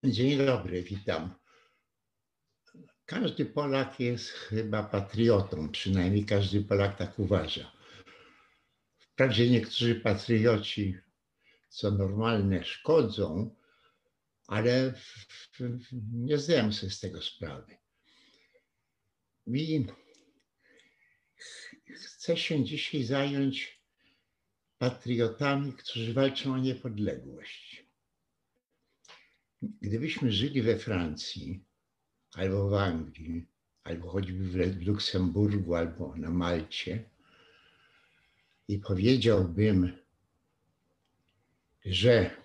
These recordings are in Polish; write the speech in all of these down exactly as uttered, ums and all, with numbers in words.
Dzień dobry, witam. Każdy Polak jest chyba patriotą, przynajmniej każdy Polak tak uważa. Wprawdzie niektórzy patrioci, co normalne, szkodzą, ale nie zdają sobie z tego sprawy. I chcę się dzisiaj zająć patriotami, którzy walczą o niepodległość. Gdybyśmy żyli we Francji, albo w Anglii, albo choćby w Luksemburgu, albo na Malcie i powiedziałbym, że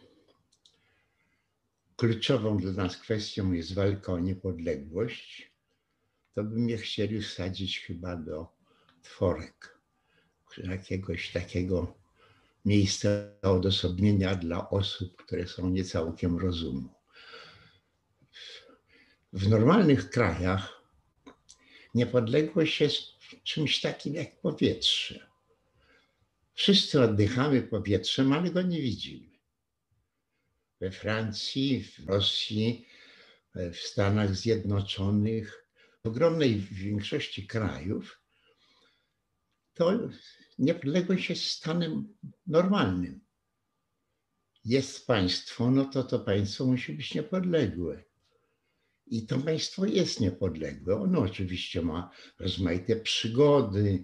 kluczową dla nas kwestią jest walka o niepodległość, to by mnie chcieli wsadzić chyba do tworek, jakiegoś takiego miejsca odosobnienia dla osób, które są nie całkiem rozumu. W normalnych krajach niepodległość jest czymś takim jak powietrze. Wszyscy oddychamy powietrzem, ale go nie widzimy. We Francji, w Rosji, w Stanach Zjednoczonych, w ogromnej większości krajów to niepodległość jest stanem normalnym. Jest państwo, no to to państwo musi być niepodległe. I to państwo jest niepodległe. Ono oczywiście ma rozmaite przygody.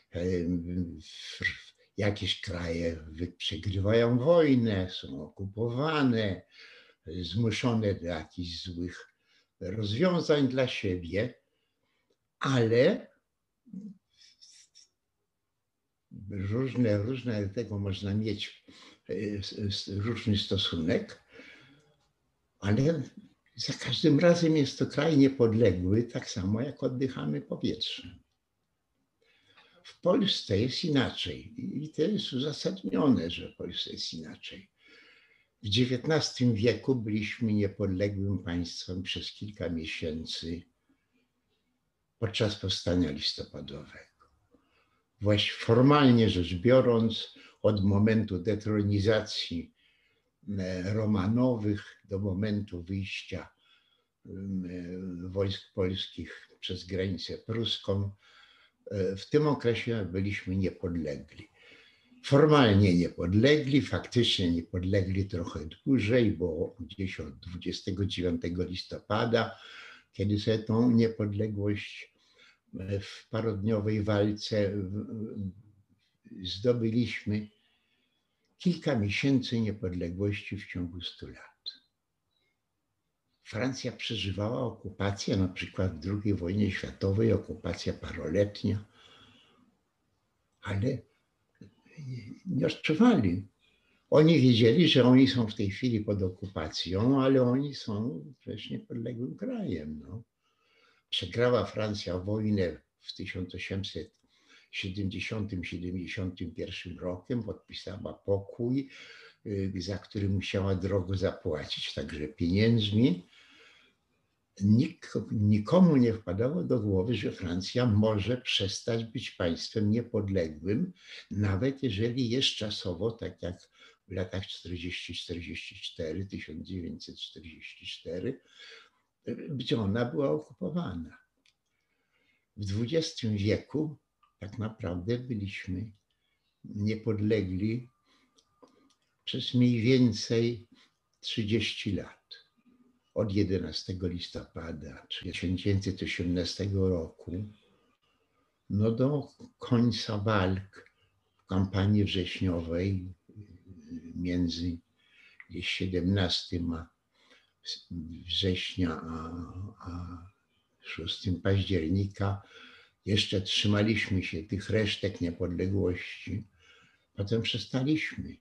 Jakieś kraje przegrywają wojnę, są okupowane, zmuszone do jakichś złych rozwiązań dla siebie, ale różne, różne do tego można mieć różny stosunek, ale za każdym razem jest to kraj niepodległy, tak samo jak oddychamy powietrzem. W Polsce jest inaczej i to jest uzasadnione, że w Polsce jest inaczej. W dziewiętnastym wieku byliśmy niepodległym państwem przez kilka miesięcy podczas powstania listopadowego. Właśnie formalnie rzecz biorąc, od momentu detronizacji Romanowych do momentu wyjścia wojsk polskich przez granicę pruską, w tym okresie byliśmy niepodlegli. Formalnie niepodlegli, faktycznie niepodlegli trochę dłużej, bo gdzieś od dwudziestego dziewiątego listopada, kiedy sobie tą niepodległość w parodniowej walce zdobyliśmy, kilka miesięcy niepodległości w ciągu stu lat. Francja przeżywała okupację, na przykład w drugiej wojnie światowej, okupacja paroletnia, ale nie odczuwali. Oni wiedzieli, że oni są w tej chwili pod okupacją, ale oni są przecież niepodległym krajem. No. Przegrała Francja wojnę w tysiąc osiemset siedemdziesiątym do siedemdziesiątego pierwszego rokiem, podpisała pokój, za który musiała drogo zapłacić, także pieniędzmi. Nik, nikomu nie wpadało do głowy, że Francja może przestać być państwem niepodległym, nawet jeżeli jest czasowo, tak jak w latach czterdziestym czterdziestym czwartym, tysiąc dziewięćset czterdziestym czwartym, gdzie ona była okupowana. W dwudziestym wieku tak naprawdę byliśmy niepodlegli przez mniej więcej trzydzieści lat. Od jedenastego listopada tysiąc dziewięćset osiemnastego roku no do końca walk w kampanii wrześniowej między siedemnastego września a, a szóstego października jeszcze trzymaliśmy się tych resztek niepodległości. Potem przestaliśmy.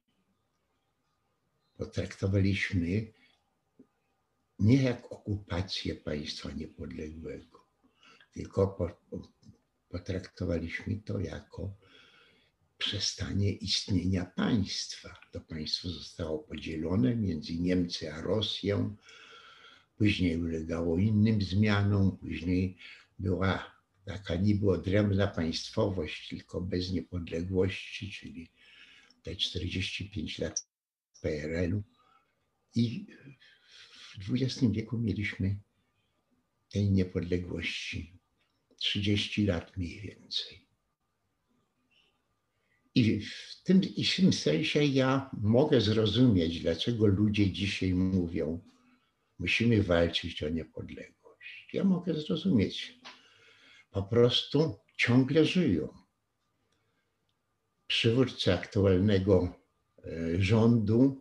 Potraktowaliśmy nie jak okupację państwa niepodległego, tylko potraktowaliśmy to jako przestanie istnienia państwa. To państwo zostało podzielone między Niemcy a Rosję, później ulegało innym zmianom, później była taka niby odrębna państwowość, tylko bez niepodległości, czyli te czterdzieści pięć lat P R L u. I w dwudziestym wieku mieliśmy tej niepodległości trzydzieści lat mniej więcej. I w tym, i w tym sensie ja mogę zrozumieć, dlaczego ludzie dzisiaj mówią, musimy walczyć o niepodległość. Ja mogę zrozumieć. Po prostu ciągle żyją. Przywódcy aktualnego rządu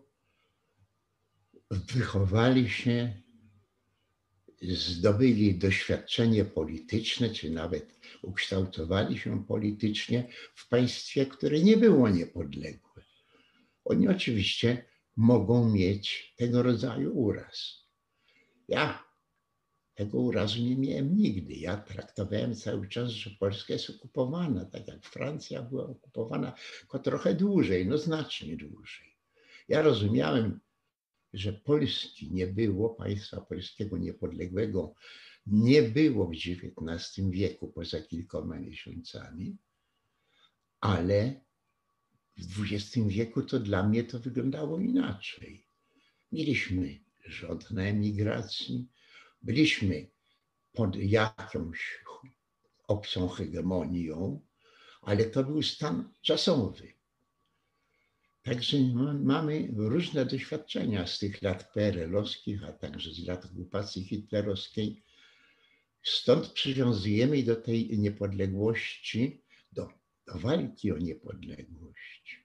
wychowali się, zdobyli doświadczenie polityczne, czy nawet ukształtowali się politycznie w państwie, które nie było niepodległe. Oni oczywiście mogą mieć tego rodzaju uraz. Ja tego urazu nie miałem nigdy. Ja traktowałem cały czas, że Polska jest okupowana, tak jak Francja była okupowana, tylko trochę dłużej, no znacznie dłużej. Ja rozumiałem, że Polski nie było, państwa polskiego niepodległego nie było w dziewiętnastym wieku poza kilkoma miesiącami, ale w dwudziestym wieku to dla mnie to wyglądało inaczej. Mieliśmy rząd na emigracji, byliśmy pod jakąś obcą hegemonią, ale to był stan czasowy. Także mamy różne doświadczenia z tych lat P R L-owskich, a także z lat okupacji hitlerowskiej. Stąd przywiązujemy do tej niepodległości, do, do walki o niepodległość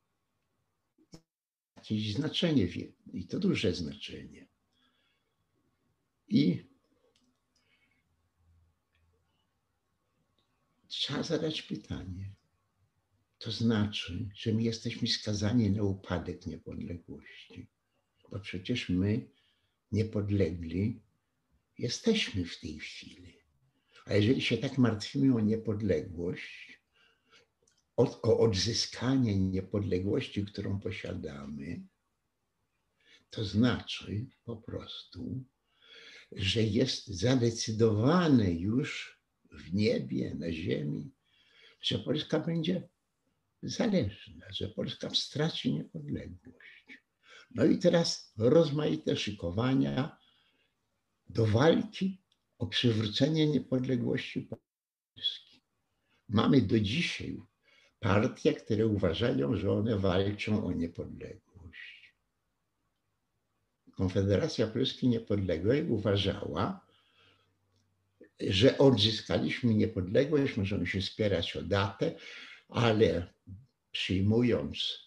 jakieś znaczenie, i to duże znaczenie. I trzeba zadać pytanie. To znaczy, że my jesteśmy skazani na upadek niepodległości. Bo przecież my, niepodlegli, jesteśmy w tej chwili. A jeżeli się tak martwimy o niepodległość, o, o odzyskanie niepodległości, którą posiadamy, to znaczy po prostu, że jest zadecydowane już w niebie, na ziemi, że Polska będzie zależna, że Polska straci niepodległość. No i teraz rozmaite szykowania do walki o przywrócenie niepodległości Polski. Mamy do dzisiaj partie, które uważają, że one walczą o niepodległość. Konfederacja Polski Niepodległej uważała, że odzyskaliśmy niepodległość, możemy się spierać o datę, ale przyjmując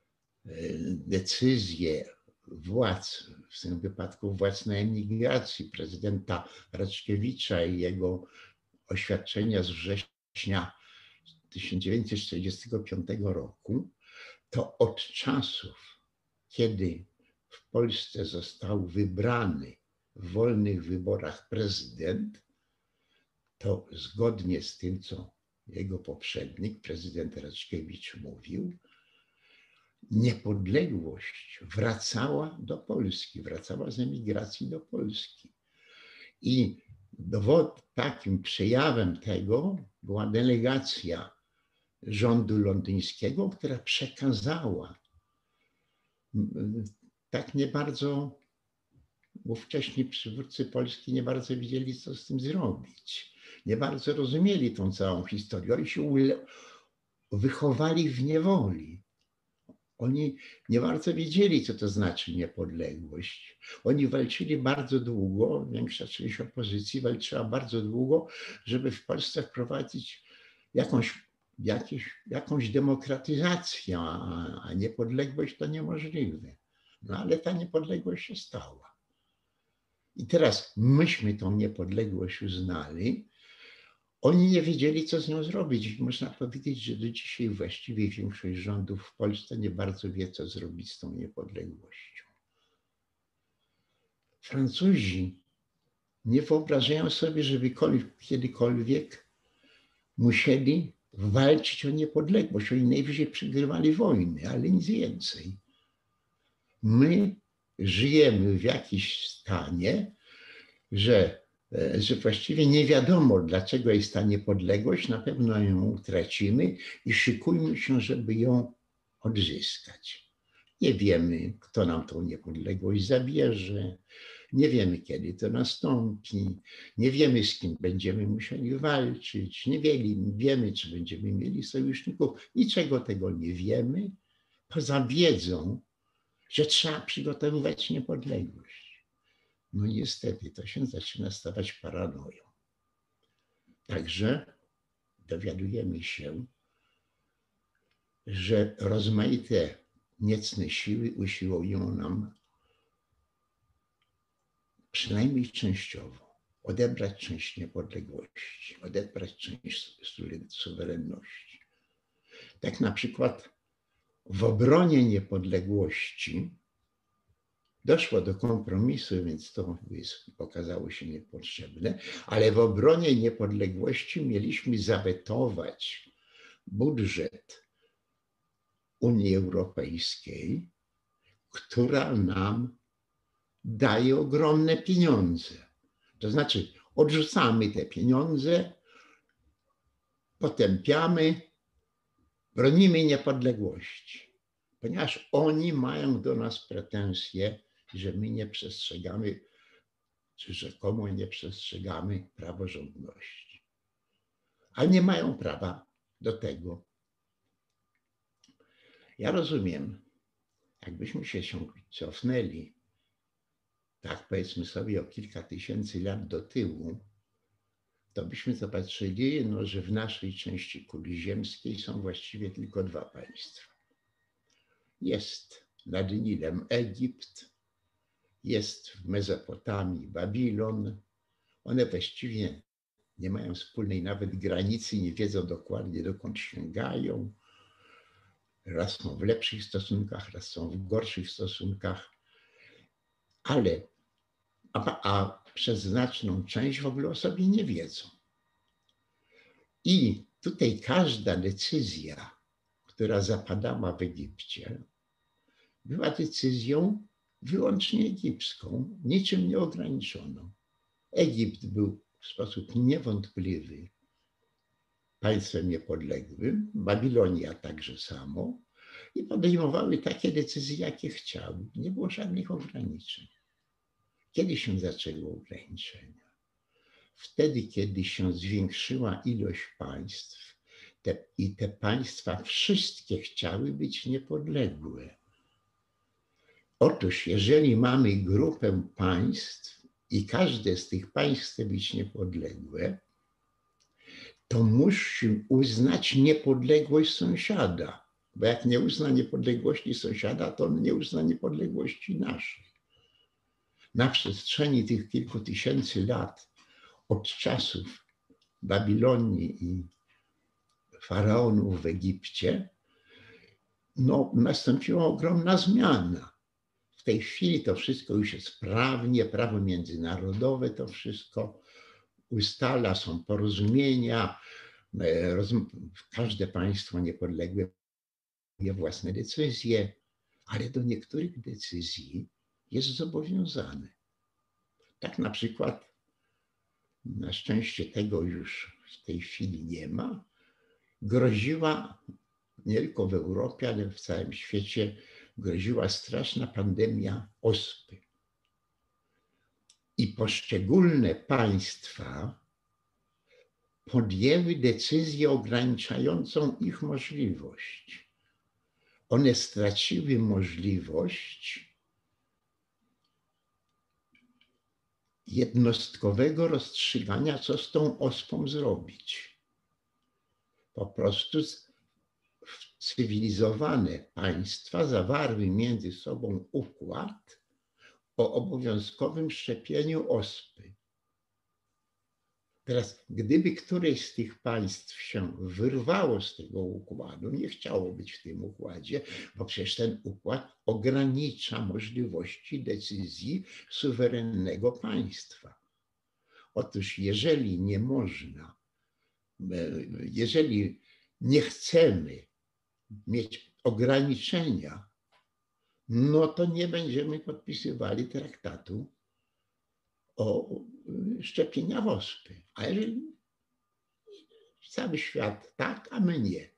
decyzje władz, w tym wypadku władz na emigracji, prezydenta Raczkiewicza i jego oświadczenia z września tysiąc dziewięćset czterdziestego piątego roku, to od czasów, kiedy w Polsce został wybrany w wolnych wyborach prezydent, to zgodnie z tym, co jego poprzednik, prezydent Raczkiewicz mówił, niepodległość wracała do Polski, wracała z emigracji do Polski. I dowod, takim przejawem tego była delegacja rządu londyńskiego, która przekazała, tak nie bardzo, bo wcześniej przywódcy Polski nie bardzo wiedzieli, co z tym zrobić. Nie bardzo rozumieli tą całą historię. Oni się wychowali w niewoli. Oni nie bardzo wiedzieli, co to znaczy niepodległość. Oni walczyli bardzo długo, większa część opozycji walczyła bardzo długo, żeby w Polsce wprowadzić jakąś, jakieś, jakąś demokratyzację, a, a niepodległość to niemożliwe. No ale ta niepodległość się stała. I teraz myśmy tą niepodległość uznali. Oni nie wiedzieli, co z nią zrobić. Można powiedzieć, że do dzisiaj właściwie większość rządów w Polsce nie bardzo wie, co zrobić z tą niepodległością. Francuzi nie wyobrażają sobie, żeby kiedykolwiek musieli walczyć o niepodległość. Oni najwyżej przegrywali wojny, ale nic więcej. My żyjemy w jakimś stanie, że że właściwie nie wiadomo, dlaczego jest ta niepodległość, na pewno ją utracimy i szykujmy się, żeby ją odzyskać. Nie wiemy, kto nam tą niepodległość zabierze, Nie wiemy, kiedy to nastąpi, nie wiemy, z kim będziemy musieli walczyć, nie wiemy, czy będziemy mieli sojuszników, niczego tego nie wiemy, poza wiedzą, że trzeba przygotowywać niepodległość. No niestety, to się zaczyna stawać paranoją. Także dowiadujemy się, że rozmaite niecne siły usiłują nam przynajmniej częściowo odebrać część niepodległości, odebrać część suwerenności. Tak na przykład w obronie niepodległości doszło do kompromisu, więc to jest, okazało się niepotrzebne, ale w obronie niepodległości mieliśmy zawetować budżet Unii Europejskiej, która nam daje ogromne pieniądze. To znaczy odrzucamy te pieniądze, potępiamy, bronimy niepodległości, ponieważ oni mają do nas pretensje, że my nie przestrzegamy, czy rzekomo nie przestrzegamy praworządności. Ale nie mają prawa do tego. Ja rozumiem, jakbyśmy się cofnęli, tak powiedzmy sobie o kilka tysięcy lat do tyłu, to byśmy zobaczyli, no, że w naszej części kuli ziemskiej są właściwie tylko dwa państwa. Jest nad Nilem Egipt, jest w Mezopotamii Babilon. One właściwie nie mają wspólnej nawet granicy, nie wiedzą dokładnie, dokąd sięgają. Raz są w lepszych stosunkach, raz są w gorszych stosunkach, ale a, a przez znaczną część w ogóle o sobie nie wiedzą. I tutaj każda decyzja, która zapadała w Egipcie, była decyzją wyłącznie egipską, niczym nieograniczoną. Egipt był w sposób niewątpliwy państwem niepodległym, Babilonia także samo, i podejmowały takie decyzje, jakie chciały. Nie było żadnych ograniczeń. Kiedy się zaczęły ograniczenia? Wtedy, kiedy się zwiększyła ilość państw te, i te państwa wszystkie chciały być niepodległe. Otóż, jeżeli mamy grupę państw i każde z tych państw chce być niepodległe, to musi uznać niepodległość sąsiada, bo jak nie uzna niepodległości sąsiada, to on nie uzna niepodległości naszej. Na przestrzeni tych kilku tysięcy lat, od czasów Babilonii i faraonów w Egipcie, no, nastąpiła ogromna zmiana. W tej chwili to wszystko już jest prawnie, prawo międzynarodowe to wszystko ustala, są porozumienia, każde państwo niepodległe ma własne decyzje, ale do niektórych decyzji jest zobowiązany. Tak na przykład, na szczęście tego już w tej chwili nie ma, groziła nie tylko w Europie, ale w całym świecie groziła straszna pandemia ospy. I poszczególne państwa podjęły decyzję ograniczającą ich możliwość. One straciły możliwość jednostkowego rozstrzygania, co z tą ospą zrobić. Po prostu cywilizowane państwa zawarły między sobą układ o obowiązkowym szczepieniu ospy. Teraz, gdyby któreś z tych państw się wyrwało z tego układu, nie chciało być w tym układzie, bo przecież ten układ ogranicza możliwości decyzji suwerennego państwa. Otóż jeżeli nie można, jeżeli nie chcemy mieć ograniczenia, no to nie będziemy podpisywali traktatu o szczepieniach ospy. A jeżeli cały świat tak, a my nie,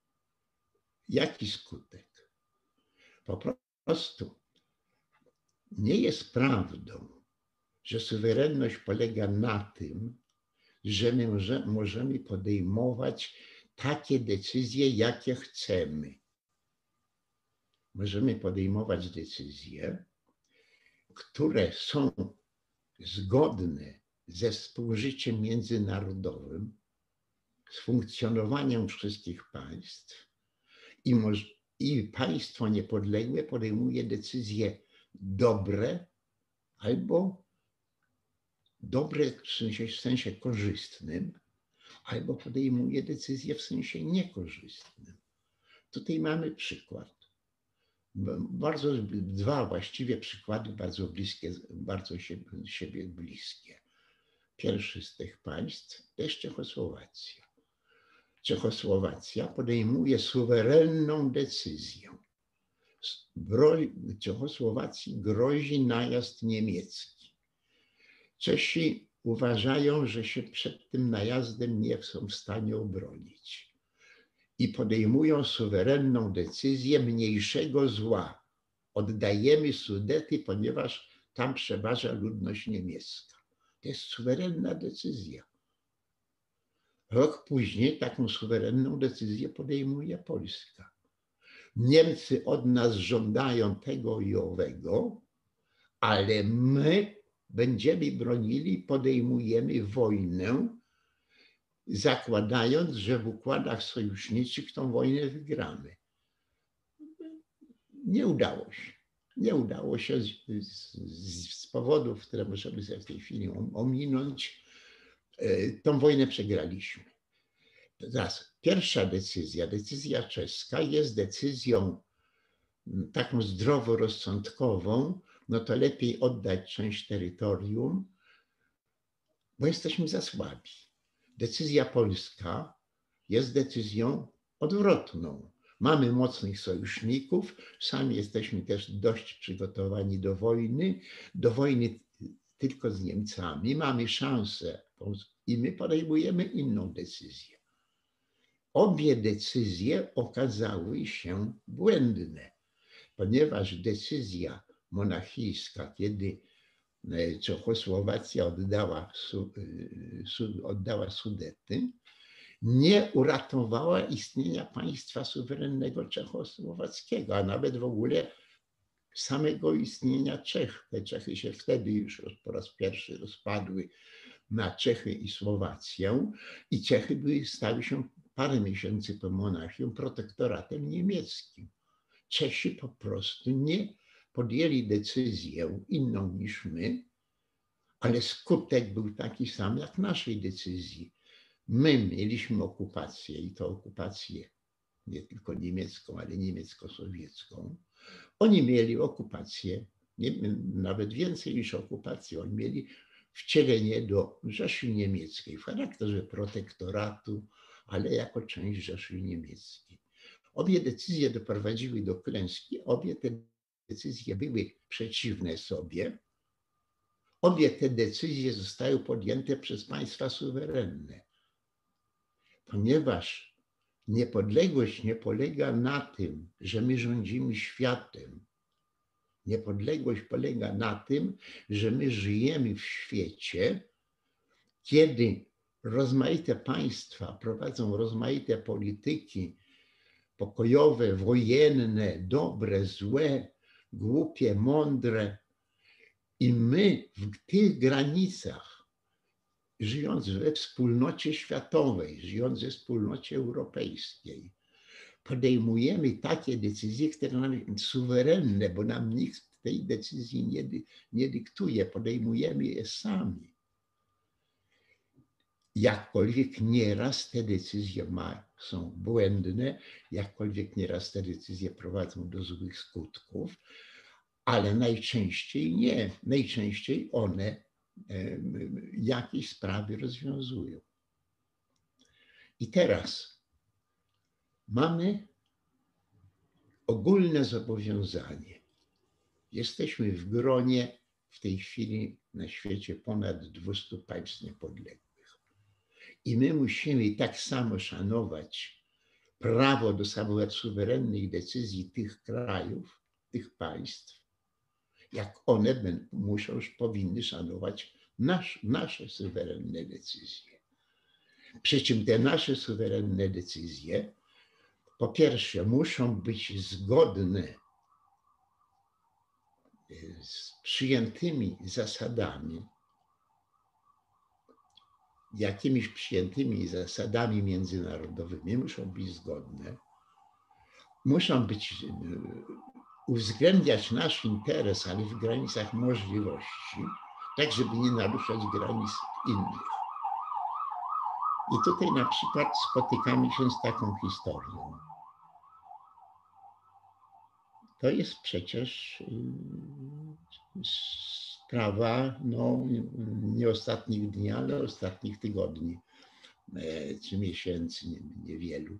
jaki skutek? Po prostu Nie jest prawdą, że suwerenność polega na tym, że my może, możemy podejmować takie decyzje, jakie chcemy. Możemy podejmować decyzje, które są zgodne ze współżyciem międzynarodowym, z funkcjonowaniem wszystkich państw i, moż, i państwo niepodległe podejmuje decyzje dobre albo dobre w sensie, w sensie korzystnym, albo podejmuje decyzje w sensie niekorzystnym. Tutaj mamy przykład. Bardzo, dwa właściwie przykłady bardzo bliskie, bardzo siebie, siebie bliskie. Pierwszy z tych państw to jest Czechosłowacja. Czechosłowacja podejmuje suwerenną decyzję. Czechosłowacji grozi najazd niemiecki. Czesi uważają, że się przed tym najazdem nie są w stanie obronić i podejmują suwerenną decyzję mniejszego zła. Oddajemy Sudety, ponieważ tam przeważa ludność niemiecka. To jest suwerenna decyzja. Rok później taką suwerenną decyzję podejmuje Polska. Niemcy od nas żądają tego i owego, ale my będziemy bronili, podejmujemy wojnę, zakładając, że w układach sojuszniczych tą wojnę wygramy. Nie udało się. Nie udało się z, z, z powodów, które możemy sobie w tej chwili ominąć. Tą wojnę przegraliśmy. Teraz pierwsza decyzja, decyzja czeska jest decyzją taką zdroworozsądkową, no to lepiej oddać część terytorium, bo jesteśmy za słabi. Decyzja polska jest decyzją odwrotną. Mamy mocnych sojuszników, sami jesteśmy też dość przygotowani do wojny, do wojny tylko z Niemcami, mamy szansę i my podejmujemy inną decyzję. Obie decyzje okazały się błędne, ponieważ decyzja monachijska, kiedy Czechosłowacja oddała, oddała Sudety, nie uratowała istnienia państwa suwerennego czechosłowackiego, a nawet w ogóle samego istnienia Czech. Te Czechy się wtedy już po raz pierwszy rozpadły na Czechy i Słowację i Czechy były, stały się parę miesięcy po monachium protektoratem niemieckim. Czesi po prostu nie podjęli decyzję inną niż my, ale skutek był taki sam jak naszej decyzji. My mieliśmy okupację i to okupację nie tylko niemiecką, ale niemiecko-sowiecką. Oni mieli okupację, nie, nawet więcej niż okupację, oni mieli wcielenie do Rzeszy Niemieckiej w charakterze protektoratu, ale jako część Rzeszy Niemieckiej. Obie decyzje doprowadziły do klęski, obie te decyzje były przeciwne sobie. Obie te decyzje zostały podjęte przez państwa suwerenne. Ponieważ niepodległość nie polega na tym, że my rządzimy światem. Niepodległość polega na tym, że my żyjemy w świecie, kiedy rozmaite państwa prowadzą rozmaite polityki pokojowe, wojenne, dobre, złe, głupie, mądre. I my w tych granicach, żyjąc we wspólnocie światowej, żyjąc we wspólnocie europejskiej, podejmujemy takie decyzje, które nam suwerenne, bo nam nikt tej decyzji nie, nie dyktuje, podejmujemy je sami. Jakkolwiek nieraz te decyzje ma, są błędne, jakkolwiek nieraz te decyzje prowadzą do złych skutków, ale najczęściej nie. Najczęściej one jakieś sprawy rozwiązują. I teraz mamy ogólne zobowiązanie. Jesteśmy w gronie w tej chwili na świecie ponad dwustu państw niepodległych. I my musimy tak samo szanować prawo do suwerennych decyzji tych krajów, tych państw, jak one będą, muszą, powinny szanować nasz, nasze suwerenne decyzje. Przy czym te nasze suwerenne decyzje, po pierwsze, muszą być zgodne z przyjętymi zasadami, jakimiś przyjętymi zasadami międzynarodowymi, muszą być zgodne, muszą być, uwzględniać nasz interes, ale w granicach możliwości, tak żeby nie naruszać granic innych. I tutaj na przykład spotykamy się z taką historią. To jest przecież sprawa no, nie ostatnich dni, ale ostatnich tygodni czy miesięcy, niewielu.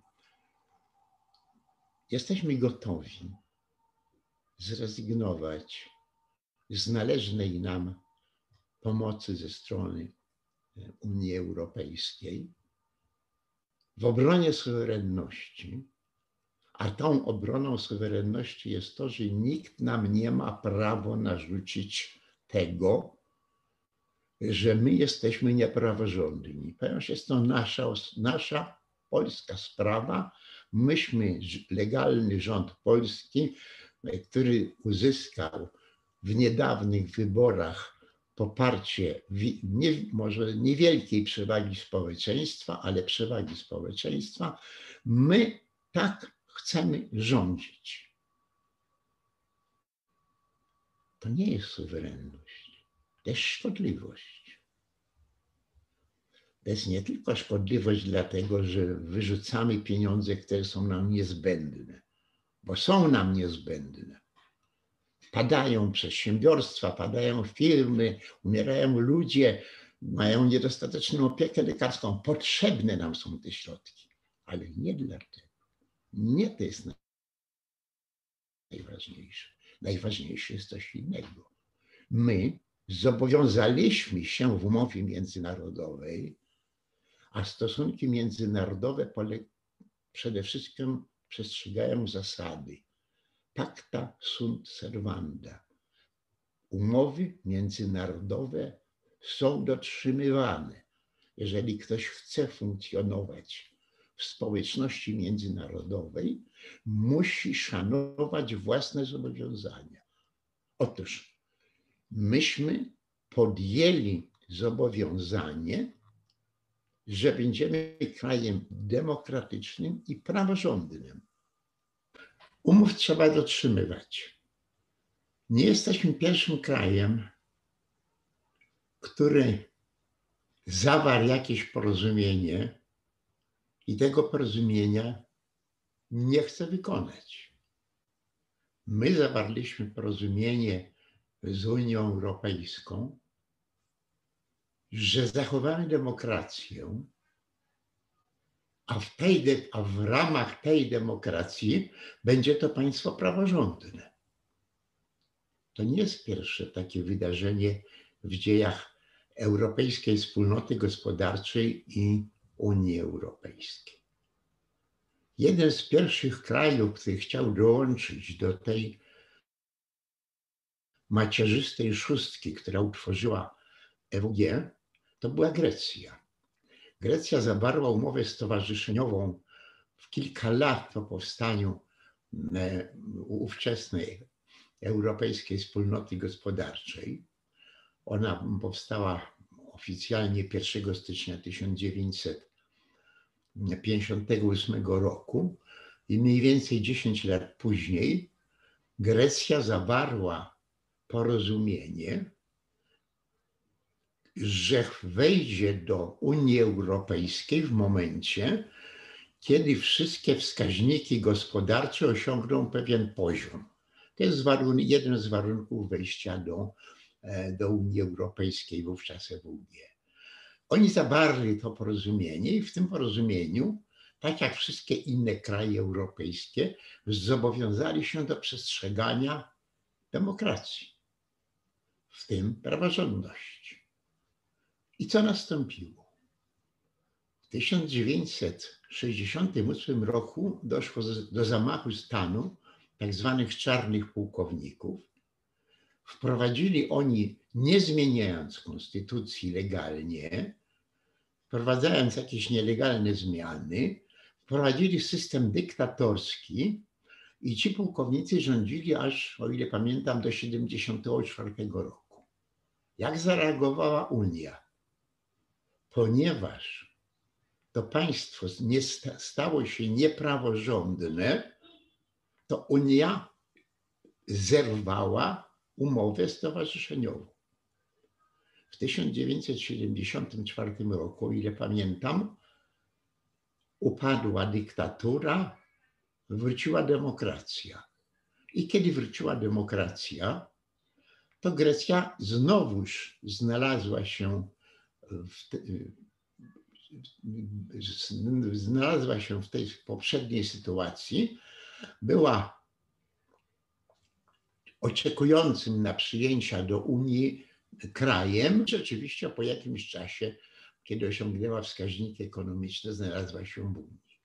Jesteśmy gotowi zrezygnować z należnej nam pomocy ze strony Unii Europejskiej w obronie suwerenności, a tą obroną suwerenności jest to, że nikt nam nie ma prawa narzucić tego, że my jesteśmy niepraworządni. Ponieważ jest to nasza, nasza polska sprawa. Myśmy, legalny rząd polski, który uzyskał w niedawnych wyborach poparcie nie, może niewielkiej przewagi społeczeństwa, ale przewagi społeczeństwa, my tak chcemy rządzić. To nie jest suwerenność, to jest szkodliwość. To jest nie tylko szkodliwość dlatego, że wyrzucamy pieniądze, które są nam niezbędne, bo są nam niezbędne. Padają przedsiębiorstwa, padają firmy, umierają ludzie, mają niedostateczną opiekę lekarską. Potrzebne nam są te środki, ale nie dlatego. Nie to jest najważniejsze. Najważniejsze jest coś innego. My zobowiązaliśmy się w umowie międzynarodowej, a stosunki międzynarodowe przede wszystkim przestrzegają zasady pacta sunt servanda. Umowy międzynarodowe są dotrzymywane. Jeżeli ktoś chce funkcjonować w społeczności międzynarodowej, musi szanować własne zobowiązania. Otóż myśmy podjęli zobowiązanie, że będziemy krajem demokratycznym i praworządnym. Umów trzeba dotrzymywać. Nie jesteśmy pierwszym krajem, który zawarł jakieś porozumienie i tego porozumienia nie chce wykonać. My zawarliśmy porozumienie z Unią Europejską, że zachowamy demokrację, a w, tej, a w ramach tej demokracji będzie to państwo praworządne. To nie jest pierwsze takie wydarzenie w dziejach Europejskiej Wspólnoty Gospodarczej i Unii Europejskiej. Jeden z pierwszych krajów, który chciał dołączyć do tej macierzystej szóstki, która utworzyła E W G, to była Grecja. Grecja zawarła umowę stowarzyszeniową w kilka lat po powstaniu ówczesnej Europejskiej Wspólnoty Gospodarczej. Ona powstała oficjalnie pierwszego stycznia tysiąc dziewięćset pięćdziesiątego ósmego roku i mniej więcej dziesięć lat później Grecja zawarła porozumienie, że wejdzie do Unii Europejskiej w momencie, kiedy wszystkie wskaźniki gospodarcze osiągną pewien poziom. To jest warunek, jeden z warunków wejścia do, do Unii Europejskiej, wówczas E W G. Oni zawarli to porozumienie i w tym porozumieniu, tak jak wszystkie inne kraje europejskie, zobowiązali się do przestrzegania demokracji, w tym praworządności. I co nastąpiło? W tysiąc dziewięćset sześćdziesiątym ósmym roku doszło do zamachu stanu tak zwanych czarnych pułkowników, wprowadzili oni, nie zmieniając konstytucji legalnie, wprowadzając jakieś nielegalne zmiany, wprowadzili system dyktatorski i ci pułkownicy rządzili aż, o ile pamiętam, do siedemdziesiątego czwartego roku. Jak zareagowała Unia? Ponieważ to państwo nie stało się niepraworządne, to Unia zerwała umowę stowarzyszeniową. W tysiąc dziewięćset siedemdziesiątym czwartym roku, o ile pamiętam, upadła dyktatura, wróciła demokracja. I kiedy wróciła demokracja, to Grecja znowuż znalazła się w, te, znalazła się w tej poprzedniej sytuacji, była oczekującym na przyjęcia do Unii krajem. Rzeczywiście po jakimś czasie, kiedy osiągnęła wskaźniki ekonomiczne, znalazła się w Unii.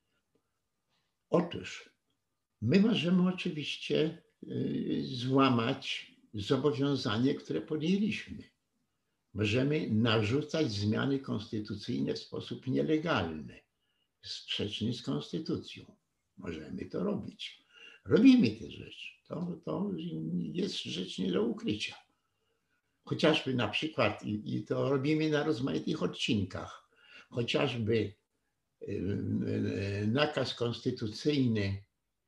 Otóż my możemy oczywiście złamać zobowiązanie, które podjęliśmy. Możemy narzucać zmiany konstytucyjne w sposób nielegalny, sprzeczny z konstytucją. Możemy to robić. Robimy te rzeczy. To, to jest rzecz nie do ukrycia. Chociażby na przykład, i, i to robimy na rozmaitych odcinkach, chociażby nakaz konstytucyjny,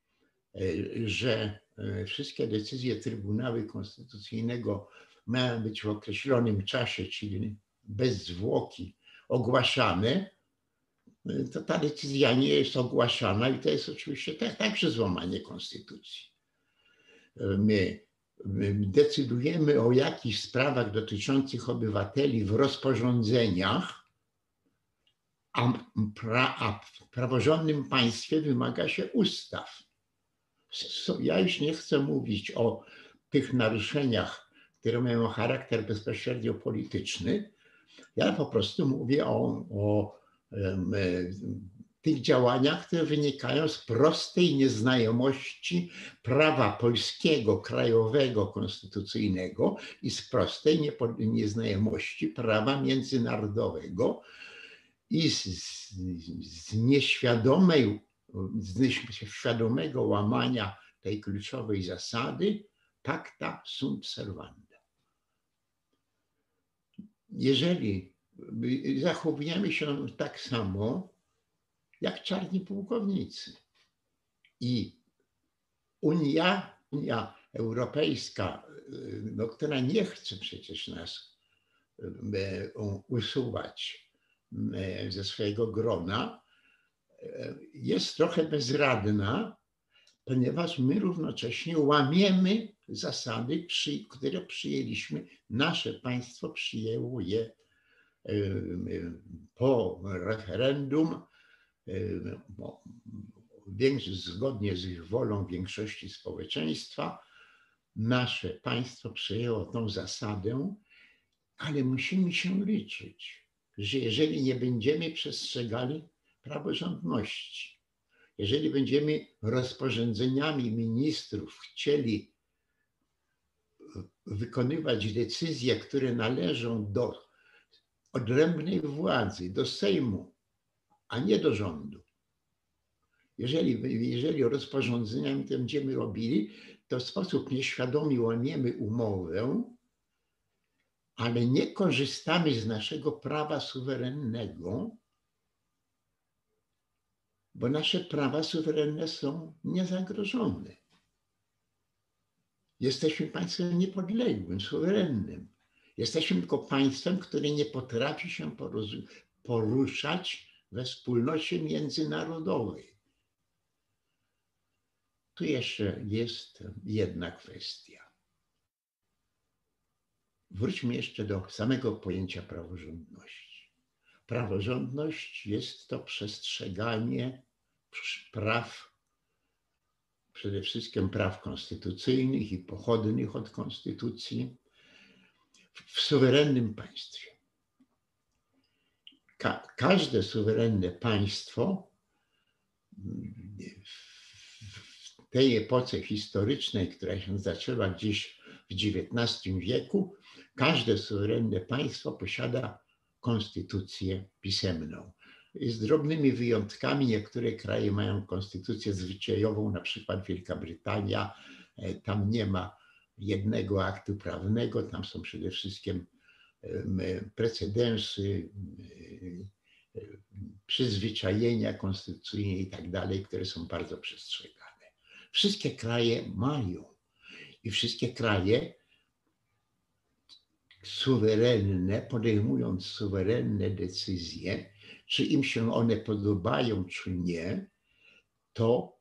że wszystkie decyzje Trybunału Konstytucyjnego mają być w określonym czasie, czyli bez zwłoki, ogłaszane, to ta decyzja nie jest ogłaszana i to jest oczywiście tak, także złamanie konstytucji. My, my decydujemy o jakichś sprawach dotyczących obywateli w rozporządzeniach, a, pra, a w praworządnym państwie wymaga się ustaw. Ja już nie chcę mówić o tych naruszeniach, które mają charakter bezpośrednio polityczny. Ja po prostu mówię o, o um, tych działaniach, które wynikają z prostej nieznajomości prawa polskiego, krajowego, konstytucyjnego i z prostej nieznajomości prawa międzynarodowego i z, z, z nieświadomej, z nieświadomego łamania tej kluczowej zasady pacta sunt servanda. Jeżeli zachowujemy się tak samo jak czarni pułkownicy i Unia, Unia Europejska, no, która nie chce przecież nas usuwać ze swojego grona, jest trochę bezradna, ponieważ my równocześnie łamiemy zasady, które przyjęliśmy. Nasze państwo przyjęło je po referendum, zgodnie z ich wolą większości społeczeństwa. Nasze państwo przyjęło tą zasadę, ale musimy się liczyć, że jeżeli nie będziemy przestrzegali praworządności, jeżeli będziemy rozporządzeniami ministrów chcieli wykonywać decyzje, które należą do odrębnej władzy, do Sejmu, a nie do rządu. Jeżeli, jeżeli rozporządzeniami to będziemy robili, to w sposób nieświadomy łamiemy umowę, ale nie korzystamy z naszego prawa suwerennego, bo nasze prawa suwerenne są niezagrożone. Jesteśmy państwem niepodległym, suwerennym. Jesteśmy tylko państwem, które nie potrafi się poruszać we wspólnocie międzynarodowej. Tu jeszcze jest jedna kwestia. Wróćmy jeszcze do samego pojęcia praworządności. Praworządność jest to przestrzeganie praw, przede wszystkim praw konstytucyjnych i pochodnych od konstytucji w suwerennym państwie. Ka- każde suwerenne państwo w tej epoce historycznej, która się zaczęła gdzieś w dziewiętnastym wieku każde suwerenne państwo posiada konstytucję pisemną. Z drobnymi wyjątkami niektóre kraje mają konstytucję zwyczajową, na przykład Wielka Brytania. Tam nie ma jednego aktu prawnego, tam są przede wszystkim precedensy, przyzwyczajenia konstytucyjne i tak dalej, które są bardzo przestrzegane. Wszystkie kraje mają i wszystkie kraje suwerenne, podejmując suwerenne decyzje, czy im się one podobają, czy nie, to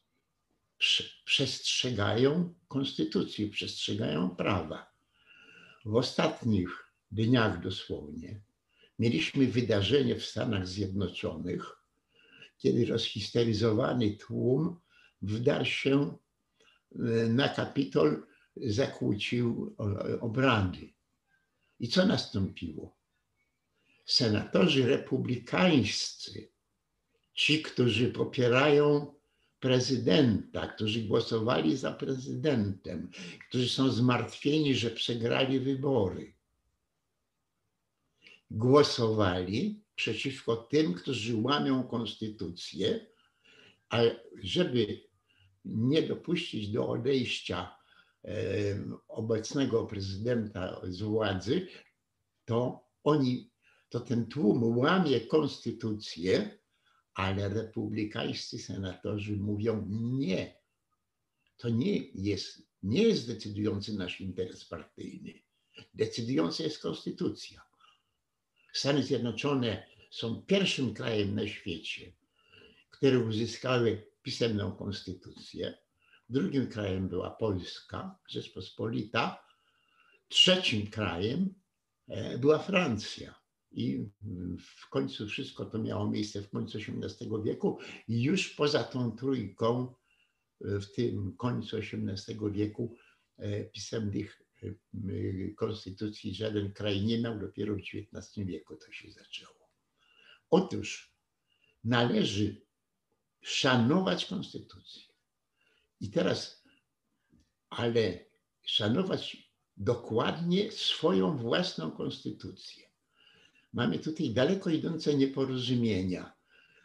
przestrzegają konstytucji, przestrzegają prawa. W ostatnich dniach dosłownie mieliśmy wydarzenie w Stanach Zjednoczonych, kiedy rozhisteryzowany tłum wdarł się na Kapitol, zakłócił obrady. I co nastąpiło? Senatorzy republikańscy, ci, którzy popierają prezydenta, którzy głosowali za prezydentem, którzy są zmartwieni, że przegrali wybory, głosowali przeciwko tym, którzy łamią konstytucję, a żeby nie dopuścić do odejścia obecnego prezydenta z władzy, to oni, to ten tłum łamie konstytucję, ale republikańscy senatorzy mówią nie. To nie jest, nie jest decydujący nasz interes partyjny. Decydująca jest konstytucja. Stany Zjednoczone są pierwszym krajem na świecie, które uzyskały pisemną konstytucję. Drugim krajem była Polska, Rzeczpospolita. Trzecim krajem była Francja. I w końcu wszystko to miało miejsce w końcu osiemnastego wieku. I już poza tą trójką w tym końcu osiemnastego wieku pisemnych konstytucji żaden kraj nie miał, dopiero w dziewiętnastym wieku to się zaczęło. Otóż należy szanować konstytucję. I teraz, ale szanować dokładnie swoją własną konstytucję. Mamy tutaj daleko idące nieporozumienia.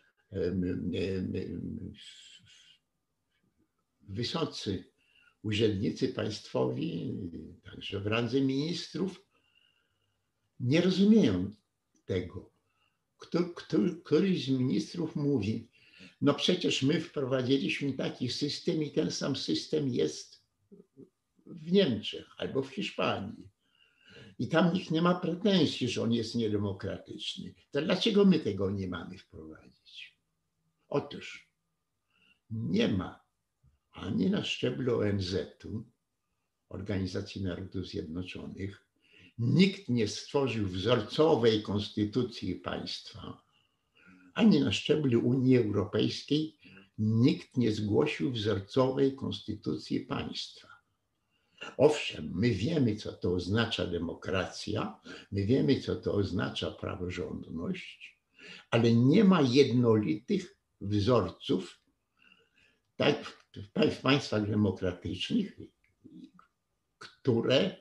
Wysocy urzędnicy państwowi, także w randze ministrów, nie rozumieją tego. Kto, kto, któryś z ministrów mówi, no przecież my wprowadziliśmy taki system i ten sam system jest w Niemczech albo w Hiszpanii. I tam nikt nie ma pretensji, że on jest niedemokratyczny. To dlaczego my tego nie mamy wprowadzić? Otóż nie ma ani na szczeblu O N Z-u, Organizacji Narodów Zjednoczonych, nikt nie stworzył wzorcowej konstytucji państwa, ani na szczeblu Unii Europejskiej nikt nie zgłosił wzorcowej konstytucji państwa. Owszem, my wiemy, co to oznacza demokracja, my wiemy, co to oznacza praworządność, ale nie ma jednolitych wzorców, tak w państwach demokratycznych, które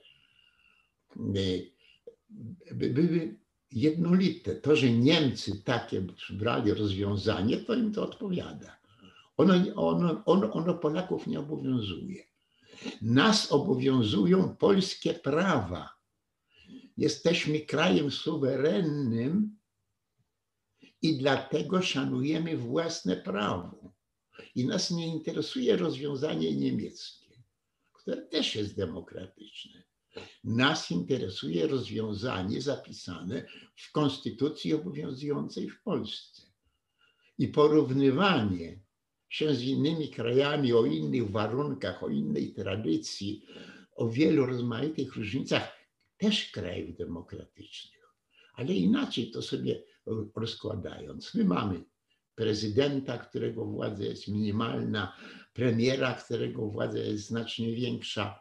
były jednolite. To, że Niemcy takie brali rozwiązanie, to im to odpowiada. Ono, ono, ono, ono Polaków nie obowiązuje. Nas obowiązują polskie prawa. Jesteśmy krajem suwerennym i dlatego szanujemy własne prawo. I nas nie interesuje rozwiązanie niemieckie, które też jest demokratyczne. Nas interesuje rozwiązanie zapisane w konstytucji obowiązującej w Polsce. I porównywanie się z innymi krajami o innych warunkach, o innej tradycji, o wielu rozmaitych różnicach, też krajów demokratycznych, ale inaczej to sobie rozkładając. My mamy prezydenta, którego władza jest minimalna, premiera, którego władza jest znacznie większa.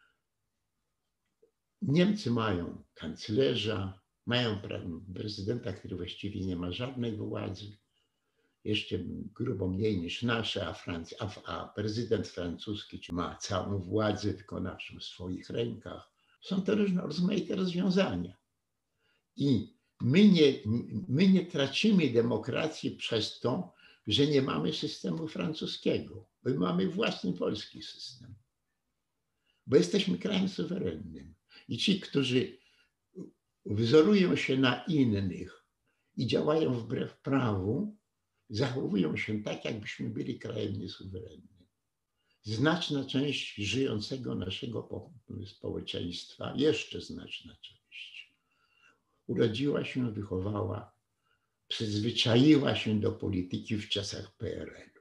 Niemcy mają kanclerza, mają prezydenta, który właściwie nie ma żadnej władzy. jeszcze grubo mniej niż nasze, a, Franc a, a prezydent francuski ma całą władzę wykonawczą w swoich rękach. Są to różne, rozmaite rozwiązania. I my nie, my nie tracimy demokracji przez to, że nie mamy systemu francuskiego. My mamy własny polski system. Bo jesteśmy krajem suwerennym. I ci, którzy wzorują się na innych i działają wbrew prawu, zachowują się tak, jakbyśmy byli krajem niesuwerennym. Znaczna część żyjącego naszego społeczeństwa, jeszcze znaczna część, urodziła się, wychowała, przyzwyczaiła się do polityki w czasach P R L u.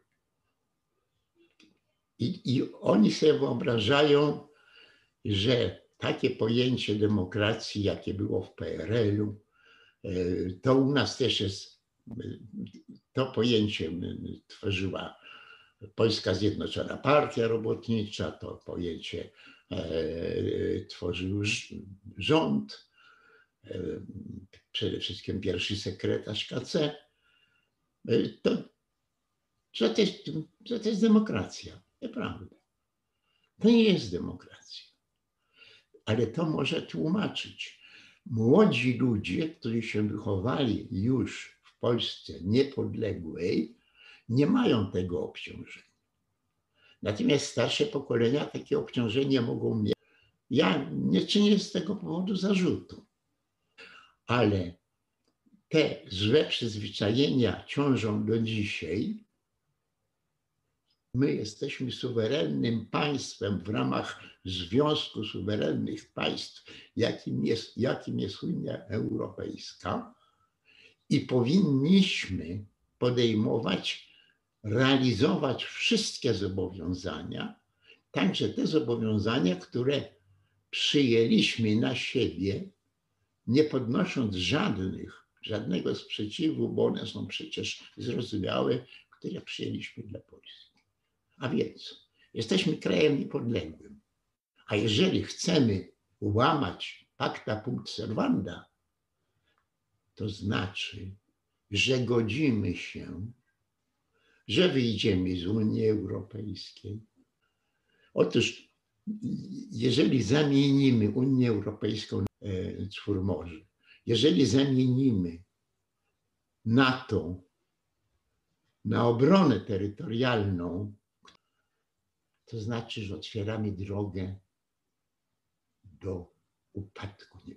I, i oni sobie wyobrażają, że takie pojęcie demokracji, jakie było w P R L u, to u nas też jest, to pojęcie tworzyła Polska Zjednoczona Partia Robotnicza, to pojęcie tworzył rząd, przede wszystkim pierwszy sekretarz K C. To, że, to jest, że to jest demokracja. Nieprawda. To nie jest demokracja. Ale to może tłumaczyć. Młodzi ludzie, którzy się wychowali już w Polsce niepodległej, nie mają tego obciążenia. Natomiast starsze pokolenia takie obciążenie mogą mieć. Ja nie czynię z tego powodu zarzutu, ale te złe przyzwyczajenia ciążą do dzisiaj. My jesteśmy suwerennym państwem w ramach Związku Suwerennych Państw, jakim jest, jakim jest Unia Europejska, i powinniśmy podejmować, realizować wszystkie zobowiązania, także te zobowiązania, które przyjęliśmy na siebie, nie podnosząc żadnych, żadnego sprzeciwu, bo one są przecież zrozumiałe, które przyjęliśmy dla Polski. A więc jesteśmy krajem niepodległym. A jeżeli chcemy łamać pacta sunt servanda, to znaczy, że godzimy się, że wyjdziemy z Unii Europejskiej. Otóż, jeżeli zamienimy Unię Europejską, czwór morzy, jeżeli zamienimy NATO na obronę terytorialną, to znaczy, że otwieramy drogę do upadku